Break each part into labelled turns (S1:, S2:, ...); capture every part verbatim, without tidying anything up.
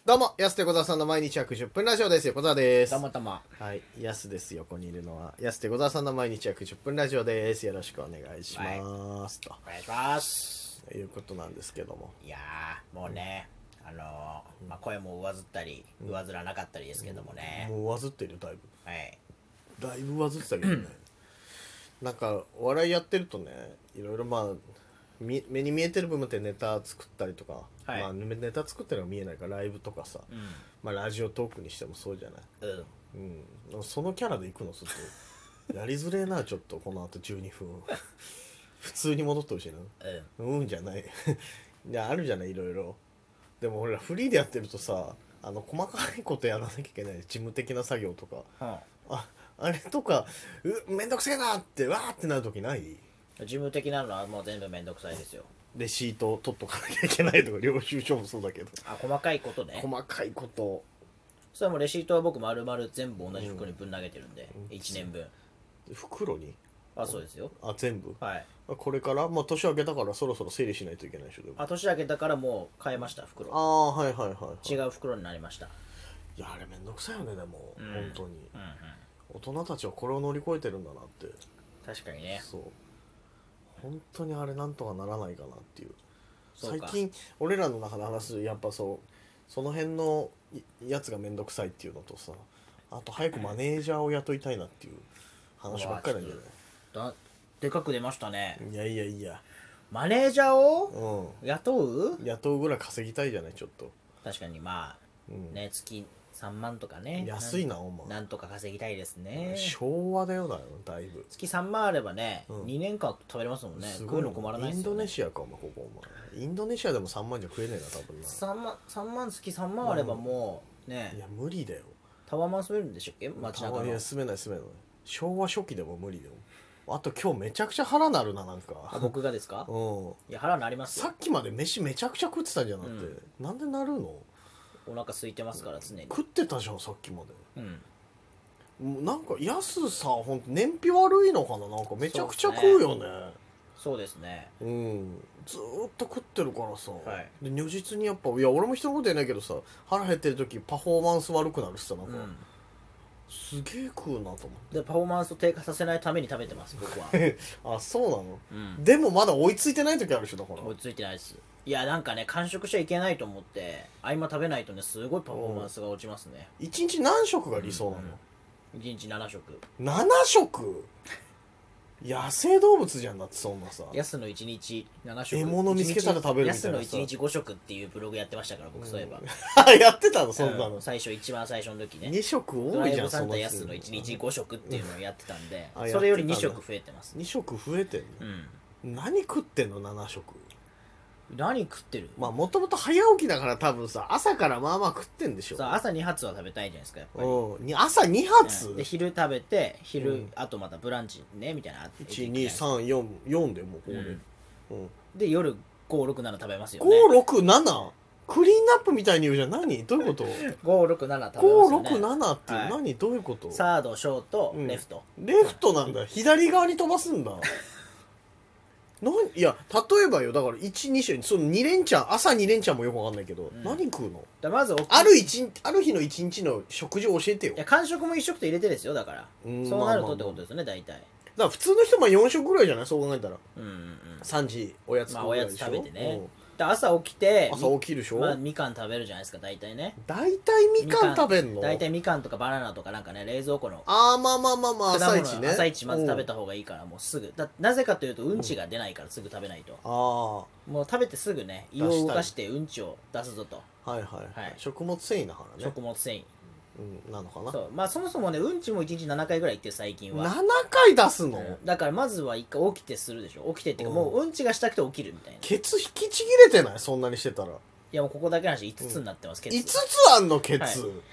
S1: どうも、やすてこざさんの毎日約じゅっぷんラジオです。横澤です。
S2: たまたま。
S1: はい、やすです。横にいるのは、やすてこざさんの毎日約じゅっぷんラジオです。よろしくお願いします。
S2: お願いします。
S1: ということなんですけども。
S2: いやー、もうね、あのーまあ、声も上ずったり、上ずらなかったりですけどもね。
S1: もう上ずってるよ、だいぶ。
S2: はい。
S1: だいぶ上ずってたけどね。なんか、お笑いやってるとね、いろいろまあ、み目に見えてる部分ってネタ作ったりとか、
S2: はい
S1: まあネタ作ってるのが見えないからライブとかさ、
S2: うん。
S1: まあラジオトークにしてもそうじゃない。
S2: うん。
S1: うん、そのキャラで行くのするとやりづれえなちょっとこのあとじゅうにふん普通に戻ってほしいな。
S2: うん。
S1: うんじゃないいやあるじゃないいろいろ。でも俺らフリーでやってるとさ、あの細かいことやらなきゃいけない事務的な作業とか、
S2: は
S1: ああれとかうめんどくせえなってわーってなるときない？
S2: あ、事務的なのはもう全部めんどくさいですよ。
S1: レシート取っとかなきゃいけないとか領収書もそうだけど、
S2: あ、細かいことね。
S1: 細かいこと
S2: それはもうレシートは僕丸々全部同じ袋にぶん投げてるんで、
S1: うん
S2: いちねんぶん。
S1: 袋に
S2: あ、そうですよ。
S1: あ全部
S2: はい。
S1: これからまあ年明けたからそろそろ整理しないといけないでしょ。でも
S2: あ、年明けたからもう変えました、袋。
S1: ああはいはいはい、はい、
S2: 違う袋になりました。
S1: いやあれめんどくさいよね。でも、
S2: うん
S1: 本当に
S2: うんうん。
S1: 大人たちはこれを乗り越えてるんだなって。
S2: 確かにね。
S1: そう本当にあれなんとかならないかなっていう。
S2: そうか
S1: 最近俺らの中で話すやっぱそうその辺のやつがめんどくさいっていうのとさ、あと早くマネージャーを雇いたいなっていう話ばっかりなんじゃない？
S2: だでかく出ましたね。
S1: いやいやいや、
S2: マネージャーを
S1: う
S2: 雇う？
S1: ん、雇うぐらい稼ぎたいじゃない。ちょっと、
S2: 確かにまあ、
S1: うん
S2: ね、月さんまんとかね。
S1: 安いなお前。
S2: なんとか稼ぎたいですね。
S1: 昭和だよだよだいぶ。
S2: 月さんまんあればね、
S1: うん
S2: にねんかん食べれますもんね。
S1: すごい
S2: 食うの困らないですよ、ね。
S1: インドネシアかお前ここお前インドネシアでもさんまんじゃ食えねえな多分な。
S2: さんまん、さんまん月さんまんあればもう、ね
S1: い、や無理だよ。
S2: タワマン住めるんでしたっけ？街中の。
S1: いや住めない住めない。昭和初期でも無理だよ。あと今日めちゃくちゃ腹なるななんか。
S2: あ、僕がですか？
S1: うん
S2: いや、腹なりますよ。
S1: さっきまで飯めちゃくちゃ食ってたんじゃなくて、なんでなるの？
S2: お腹空いてますから常に。
S1: 食ってたじゃんさっきまで。
S2: うん。
S1: もうなんかやすさほんと燃費悪いのかな。なんかめちゃくちゃ食うよね。
S2: そうですね。
S1: うんずーっと食ってるからさ、
S2: はい
S1: で如実にやっぱいや俺も人のこと言えないけどさ、腹減ってる時パフォーマンス悪くなるしさ、なんか、
S2: うん。
S1: すげえ食うなと思って
S2: で、パフォーマンスを低下させないために食べてます、僕は。
S1: あそうなの、
S2: うん。
S1: でもまだ追いついてない時あるでしょだから。
S2: 追いついてないです。いや、なんかね、完食しちゃいけないと思って合間食べないとね、すごいパフォーマンスが落ちますね。
S1: いちにち何食が理想なの？
S2: いちにちなな食。
S1: なな食？野生動物じゃんだってそんなさ。
S2: ヤスのいちにちなな食。
S1: 獲物見つけたら食べるみたいなさ
S2: ヤスのいちにちご食っていうブログやってましたから、僕そういえば。
S1: やってたのそんなの、
S2: うん最初、一番最初の時ね。
S1: に食
S2: ドライ
S1: 多いじゃん
S2: ブサンタヤ
S1: その
S2: スのいちにちご食っていうのをやってたんで
S1: あ、
S2: それより
S1: やってたんだ
S2: に食増えてます。
S1: に食増えてんの、
S2: うん。
S1: 何食ってんのなな食。
S2: 何食ってる？
S1: まあもともと早起きだから多分さ朝からまあまあ食ってんでしょ。
S2: さあ、朝に発は食べたいじゃないですか、やっぱり。
S1: うんに朝に発、
S2: うんで、昼食べて、昼、
S1: うん
S2: あとまたブランチね、みたいな。
S1: いちにさんよんよんでもうここで、
S2: うん
S1: うん
S2: で、夜ご、ろく、なな食べますよね。
S1: ごろくななクリーンナップみたいに言うじゃん。何どういうこと？
S2: ご、ろく、なな食べます
S1: ご
S2: よね。
S1: ろくななっていう、
S2: はい
S1: 何どういうこと？
S2: サード、ショート、
S1: うん
S2: レフト。
S1: レフトなんだ。左側に飛ばすんだ。なんいや例えばよだからいち、に種そのに連チャン朝に連チャンもよくわかんないけど、
S2: ん
S1: 何食うの？
S2: だまず、
S1: ある一日ある日の一日の食事を教えてよ。
S2: いや、間食も一食と入れてですよ、だから。
S1: うん
S2: そうなるとって
S1: まあまあまあ
S2: ことですよね、大体。
S1: だから普通の人まあよん食ぐらいじゃないそう考えたら。
S2: うんうんうん。
S1: さんじおやつ
S2: まあ、
S1: 食うぐらいでしょ。
S2: おやつ食べてね
S1: うん。
S2: で朝起きて、
S1: 朝起きるでしょ、
S2: まあ、みかん食べるじゃないですか、大体ね。
S1: 大体みかん食べんの？
S2: 大体みかんとかバナナとかなんかね、冷蔵庫の
S1: ああまあまあまあまあ
S2: 果物
S1: 朝一ね。
S2: 朝一まず食べ
S1: た。
S2: た方がいいからもうすぐだなぜかというとうんちが出ないからすぐ食べないと、
S1: あ
S2: もう食べてすぐね胃を動かしてうんちを出すぞと、
S1: あはいはいはい、
S2: はい
S1: 食物繊維だからね。
S2: 食物繊維。
S1: うんなのかな。
S2: そうまあそもそもねうんちもいちにちななかいぐらい行ってる最近は。
S1: ななかい出すの？
S2: うんだからまずはいっかい起きてするでしょ。起きてっていうか
S1: うん
S2: もううんちがしたくて起きるみたいな。い
S1: ケツ引きちぎれてないそんなにしてたら。
S2: やもうここだけの話いつつになってます、ケツ
S1: いつつあんのケツ、
S2: はい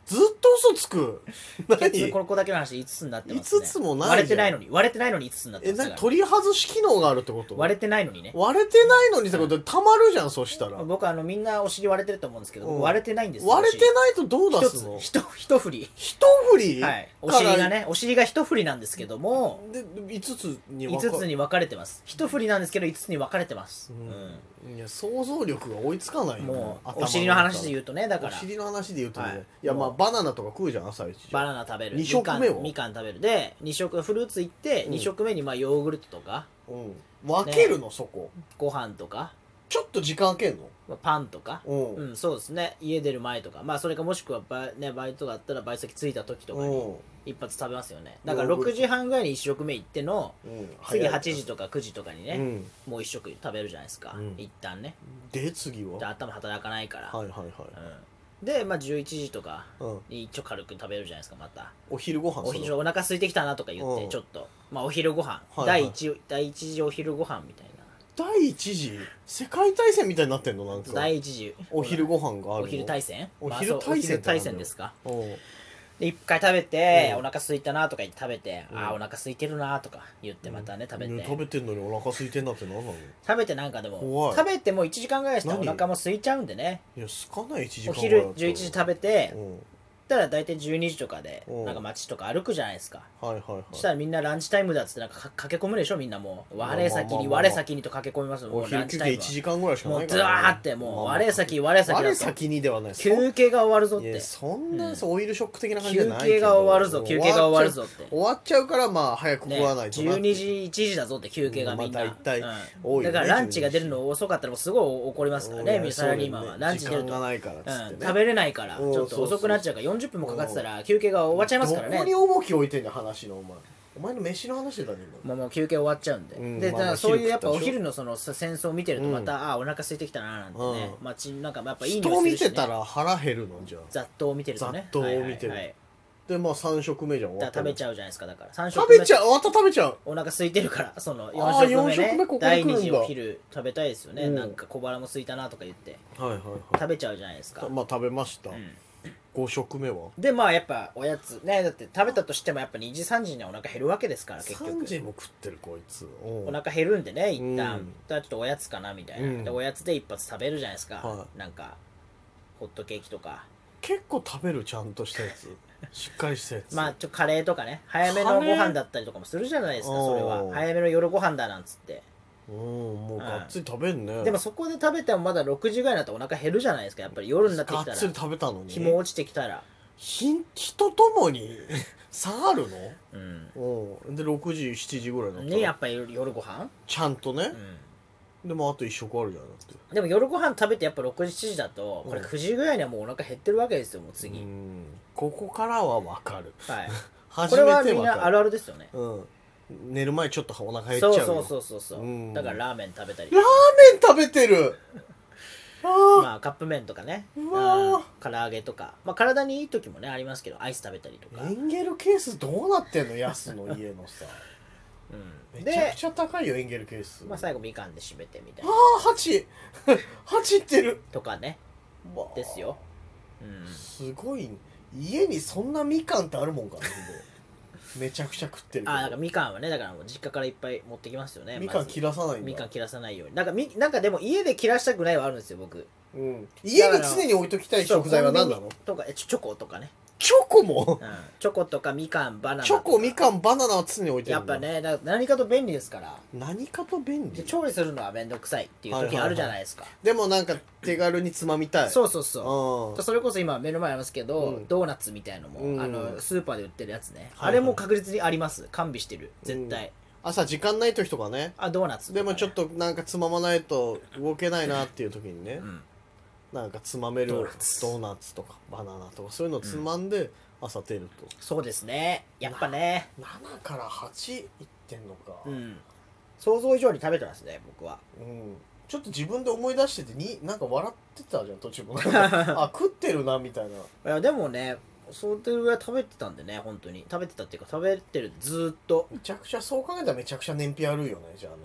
S1: ずっと嘘つく何
S2: ここだけの話でいつつになってますね。
S1: いつつもないじゃん
S2: 割れてないのに割れてないのにいつつになって
S1: え
S2: ますから。
S1: 何取り外し機能があるってこと
S2: 割れてないのにね。
S1: 割れてないのにってことでたまるじゃんそしたら
S2: 僕あのみんなお尻割れてると思うんですけど、
S1: うん
S2: 割れてないんですよ。
S1: 割れてないとどう出
S2: 一
S1: すの
S2: つ一一振り。
S1: 一振り
S2: はい。お尻がね、お尻が一振りなんですけども、
S1: でいつつに
S2: い
S1: 分か
S2: つつに分かれてます。一振りなんですけどいつつに分かれてます。
S1: うんいや想像力が追いつかないよ
S2: もう
S1: 頭
S2: お尻の話で
S1: う
S2: 言うとね、だから
S1: お尻の話で言うとね、
S2: はい
S1: い、やまあ
S2: もう
S1: バナナとか食うじゃん朝一
S2: バナナ食べる。
S1: 二食目を
S2: みかんみかん食べる。で、二食フルーツ行って、
S1: うん
S2: 二食目にまあヨーグルトとか
S1: うん分けるの、そこ
S2: ご飯とか、
S1: ちょっと時間空けんの
S2: まあパンとか。
S1: うん
S2: うん、そうですね。家出る前とか、まあそれかもしくはバイ、ね、バイトがあったらバイト先着いた時とかに
S1: うん
S2: 一発食べますよね。だから
S1: ヨーグルト
S2: ろくじはんぐらいにいち食目行っての
S1: うん
S2: 次
S1: 早い
S2: はちじとかくじとかにね、
S1: うん
S2: もう一食食べるじゃないですか、
S1: うん
S2: 一旦ね。
S1: で次は
S2: で頭働かないから、
S1: はいはいはい
S2: うん、で、まあ、じゅういちじとか
S1: うん
S2: に一応軽く食べるじゃないですか。また
S1: お昼ご飯
S2: お昼お腹空いてきたなとか言って
S1: うん
S2: ちょっと、まあ、お昼ご飯、
S1: はいはい
S2: 第一第一次お昼ご飯みたい
S1: 第一次世界大戦みたいになってんのなん
S2: な。
S1: か
S2: 第一次
S1: お昼ご飯があるの
S2: お昼大戦
S1: お
S2: まあ
S1: 昼大戦
S2: そうお昼大
S1: ってなんだよ
S2: 戦ですか。
S1: うん
S2: で一回食べて、
S1: うん
S2: お腹空いたなとか言って食べて、
S1: うん
S2: ああお腹空いてるなとか言ってまたね、食べて、
S1: ね食べてんのにお腹空いてんなって何なの
S2: 食べてなんかで
S1: 怖
S2: も
S1: い
S2: 食べてもいちじかんぐらいしたらお
S1: 何
S2: 腹も空いちゃうんでね。
S1: いやすかないいちじ
S2: お
S1: かんぐらいだったら
S2: 昼じゅういちじ食べて、
S1: うん
S2: たら大体じゅうにじとかで
S1: うん
S2: なんか街とか歩くじゃないですか。
S1: はいはいはい
S2: そしたらみんなランチタイムだっつってなんかか駆け込むでしょ。みんなもう我先に
S1: まあまあまあまあ
S2: 我先にと駆け込みますも
S1: お昼
S2: うランチ
S1: 休憩1
S2: タイムは
S1: 時間ぐらいしか
S2: も
S1: ないから、
S2: うずわーってもう我先我先だと
S1: 我先にではない
S2: 休憩が終わるぞっ
S1: いや
S2: て。
S1: そんな、
S2: うん
S1: そうオイルショック的な感じじゃないけど
S2: 休憩が終わるぞ休憩が終わるぞって
S1: 終わっちゃうからまあ早く食わない
S2: ね、
S1: となって
S2: じゅうにじいちじだぞって休憩がみんな、
S1: まあ大体
S2: うん
S1: 多いよね
S2: だからランチが出るの遅かったらもうすごい怒りますからね、
S1: うん
S2: サラリーマンは、
S1: そうだよね
S2: ランチ出ると
S1: 時間がないからっつってね
S2: うん、食べれないからち
S1: うん
S2: ょっと遅くなっちゃうからよんじゅっぷんもかかってたら休憩が終わっちゃいますから
S1: どこに
S2: ね。
S1: 重き置いてんの話のお前お前の飯の話だね今
S2: まあ、もう休憩終わっちゃうんで、
S1: うん
S2: で、
S1: まあまあ
S2: だからそういうやっぱお
S1: 昼食ったでしょ
S2: 昼のその戦争を見てるとまた、
S1: うん
S2: ああお腹空いてきたななんてね、
S1: うん
S2: まあちなんかやっぱいい
S1: 人を
S2: 匂いするし、ね、
S1: 見てたら腹減るのじゃあ
S2: 雑踏を見てるとね
S1: 雑踏を見てる
S2: はいはいはい
S1: でまあさん食目じゃん終わったの
S2: だから食べちゃうじゃないですか。だからさん食
S1: 食
S2: 目
S1: べちゃうまた食べちゃう
S2: お腹空いてるからその
S1: あー
S2: よん食目
S1: よん食
S2: ね
S1: 目ここで
S2: 第
S1: 来るんだ
S2: 二次お昼食べたいですよね、
S1: うん
S2: なんか小腹も空いたなとか言って
S1: はいはい
S2: 食べちゃうじゃないですか、
S1: はいまあ食べました、
S2: うん
S1: ご食目は
S2: でまあやっぱおやつねだって食べたとしてもやっぱにじさんじにはお腹減るわけですから結
S1: さ
S2: 局
S1: んじも食ってるこいつお
S2: お腹減るんでね一旦、
S1: うん
S2: だからちょっとおやつかなみたいな、
S1: うん
S2: でおやつで一発食べるじゃないですか、
S1: は
S2: なんかホットケーキとか
S1: 結構食べるちゃんとしたやつしっかりしたやつ
S2: まあちょカレーとかね早めのご飯だったりとかもするじゃないですか。それは
S1: おー
S2: 早めの夜ご飯だなんつって
S1: うんもうがっつり食べんね、
S2: でもそこで食べてもまだろくじぐらいになったらお腹減るじゃないですか。やっぱり夜になってきたら
S1: がっつり食べたのに
S2: 日も落ちてきたら
S1: ひ人ともに差ある
S2: うん
S1: のうんでろくじしちじぐらいになったら
S2: ねやっぱり夜ご飯
S1: ちゃんとね
S2: う、ん
S1: でもあと一食あるじゃんだって
S2: でも夜ご飯食べてやっぱろくじしちじだとこれ
S1: うん
S2: くじぐらいにはもうお腹減ってるわけですよもう次、
S1: うんここからは分かる
S2: はい
S1: 初
S2: これ
S1: めて分
S2: はみんなあ
S1: かる
S2: るあるですよね。
S1: うん寝る前ちょっとお腹減っちゃうよ
S2: そうそうそうそうそう、
S1: うん
S2: だからラーメン食べたり
S1: ラーメン食べてるあ
S2: まあカップ麺とかね
S1: うわー
S2: うん唐揚げとか、まあ、体にいい時もねありますけどアイス食べたりとか、
S1: エンゲルケースどうなってんのヤスの家のさ
S2: うん、
S1: めちゃ
S2: で
S1: くちゃ高いよエンゲルケース、
S2: まあ、最後みかんで締めてみたい
S1: あ
S2: な
S1: あ蜂蜂ってる
S2: とかね
S1: わあ
S2: ですよ、うん、
S1: すごい家にそんなみかんってあるもんかねめちゃくちゃ食ってるけど
S2: あなんかみかんはねだからもう実家からいっぱい持ってきますよね。
S1: みかん
S2: まず
S1: 切らさないんだ
S2: みかん切らさないようになんかみなんかでも家で切らしたくないはあるんですよ僕。
S1: うん、家に常に置いときたい食材は何なの
S2: そうコンビニとかえチョチョコとかね、
S1: チョコも
S2: うん、チョコとかみかんバナナ
S1: チョコみかんバナナは常に置いてる
S2: やっぱねだから何かと便利ですから
S1: 何かと便利
S2: で調理するのは面倒くさいっていう時あるじゃないですか、
S1: でもなんか手軽につまみたい
S2: そうそうそう
S1: うん
S2: それこそ今目の前ありますけど、
S1: うん
S2: ドーナツみたいのも、
S1: うん
S2: あのスーパーで売ってるやつね、
S1: はいはい
S2: あれも確実にあります完備してる絶対、
S1: 朝時間ない時とかね
S2: あドーナツとかね
S1: でもちょっとなんかつままないと動けないなっていう時にね、
S2: うん
S1: なんかつまめるド
S2: ドーナツ
S1: ーナツとかバナナとかそういうのつまんで朝出ると、
S2: そうですねやっぱね
S1: ななからはちいってんのか
S2: うん想像以上に食べてますね僕は。
S1: うんちょっと自分で思い出しててになんか笑ってたじゃん途中もなんかあ食ってるなみたいない
S2: やでもねそれぐらい食べてたんでね本当に食べてたっていうか食べてるずーっと
S1: めちゃくちゃそう考えたらめちゃくちゃ燃費悪いよねじゃあね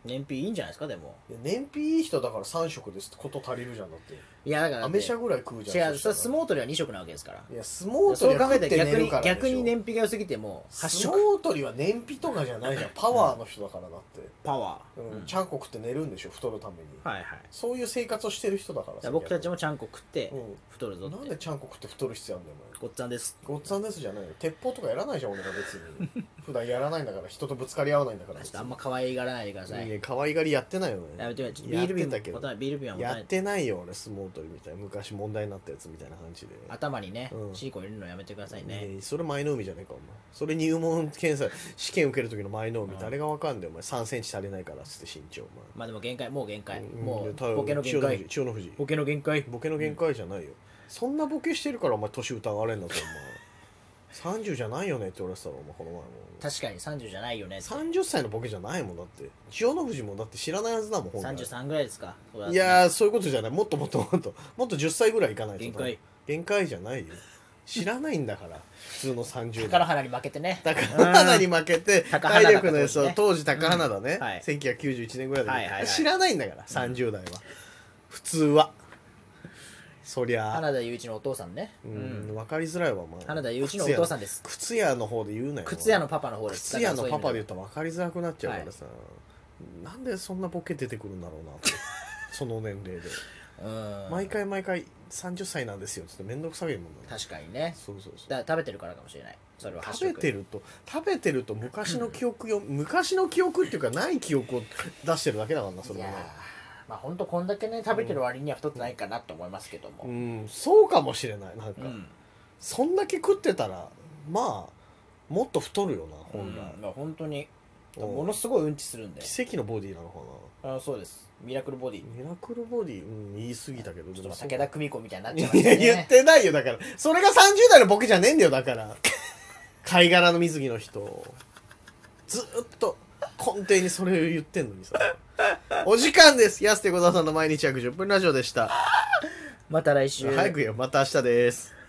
S2: 燃費いいんじゃないですかでも。
S1: いや燃費いい人だからさん食ですってこと足りるじゃんだって
S2: いやだから
S1: アメ車ぐらい食うじゃん
S2: 違う、それ相撲取りはに食なわけですから。
S1: いや相撲
S2: そう考え
S1: 取りは食って
S2: たら逆に
S1: 寝るからでしょ
S2: 逆に燃費が良すぎてもはち
S1: 相
S2: 食
S1: 撲取りは燃費とかじゃないじゃんパワーの人だからだって、
S2: パワー、
S1: うん
S2: うん
S1: ちゃんこ食って寝るんでしょ太るために、
S2: はいはい。
S1: そういう生活をしてる人だから
S2: だから僕たち
S1: も
S2: もちゃんこ食って
S1: うん
S2: 太るぞって。
S1: なんでちゃんこ食って太る必要あんだよ
S2: ごっつぁんです。
S1: お前ごっつぁんですじゃないよ鉄砲とかやらないじゃん俺が別に普段やらないんだから人とぶつかり合わないんだから
S2: ちょっとあんま可愛がらないでください。
S1: いや可愛がりやってないよね
S2: やめてください。ビ
S1: やっ
S2: ール瓶
S1: てたけど
S2: も持たない。ビール瓶は持たない。
S1: やってないよ俺相撲取りみたいな昔問題になったやつみたいな感じで
S2: 頭にね、
S1: うん
S2: シリコン入れるのやめてくださいね。
S1: ねえそれ前の海じゃねえかお前それ入門検査試験受ける時の前の海
S2: うん
S1: 誰がわかんだよお前さんセンチ足りないからっつって身長お
S2: まあでも限界、もう限界。
S1: 前
S2: も
S1: ん多分
S2: うボケの限界。
S1: 千代の富士
S2: ボケの限界。
S1: ボケの限界じゃないよ、そんなボケしてるからお前年疑われんだぞお前さんじゅうじゃないよねって言われてたろお前この前も
S2: 確かにさんじゅうじゃないよねって。
S1: さんじゅっさいのボケじゃないもんだって千代の富士もだって知らないはずだもん本来
S2: さんじゅうさんぐらいですか。そうだ
S1: いやーそういうことじゃないもっともっともっともっとじゅっさいぐらいいかないと
S2: 限界
S1: 限界じゃないよ知らないんだから普通のさんじゅう代
S2: 宝花に負けてね。
S1: 高花に負けて
S2: 高花だった
S1: 体力のやつを当時高花だね、
S2: うんはい
S1: せんきゅうひゃくきゅうじゅういちねんぐらいで、
S2: はいはいはい
S1: 知らないんだからさんじゅう代は普通はそりゃ
S2: 花田雄一のお父さんね。
S1: う
S2: うん
S1: ん分かりづらいわまあ
S2: 花田雄一のお父さんです。
S1: 靴屋の方で言うなよ
S2: 靴屋のパパの方です。
S1: 靴屋のパパで言う
S2: と。
S1: と分かりづらくなっちゃうからさ、なんでそんなボケ出てくるんだろうなってその年齢で
S2: うん。
S1: 毎回毎回さんじゅっさいなんですよっつって面倒くさいもんな
S2: 確かにね。
S1: そうそうそう
S2: だ食べてるからかもしれない。それは
S1: 食べて
S2: る。
S1: ると食べてると昔の記憶よ昔の記憶っていうかない記憶を出してるだけだからなそ
S2: いやー
S1: れはね
S2: まあ本当こんだけね食べてる割には太ってないかなと思いますけども。
S1: う
S2: うん。
S1: んそうかもしれないなんか、そんだけ食ってたらまあもっと太るよな本来、
S2: まあ本当に
S1: うん
S2: ものすごいうんちするんで。
S1: 奇跡のボディなのか
S2: あそうです。ミラクルボディ。
S1: なミラクルボディ、うん、言い過ぎたけど
S2: ちょっと
S1: そう
S2: 武田久美子みたいになっちゃいま
S1: いや
S2: したね。
S1: 言ってないよだからそれがさんじゅう代のボケじゃねえんだよだから貝殻の水着の人ずーっと根底にそれを言ってんのにさお時間です安手小沢さんの毎日約じゅっぷんラジオでした
S2: また来週。
S1: 早くよまた明日です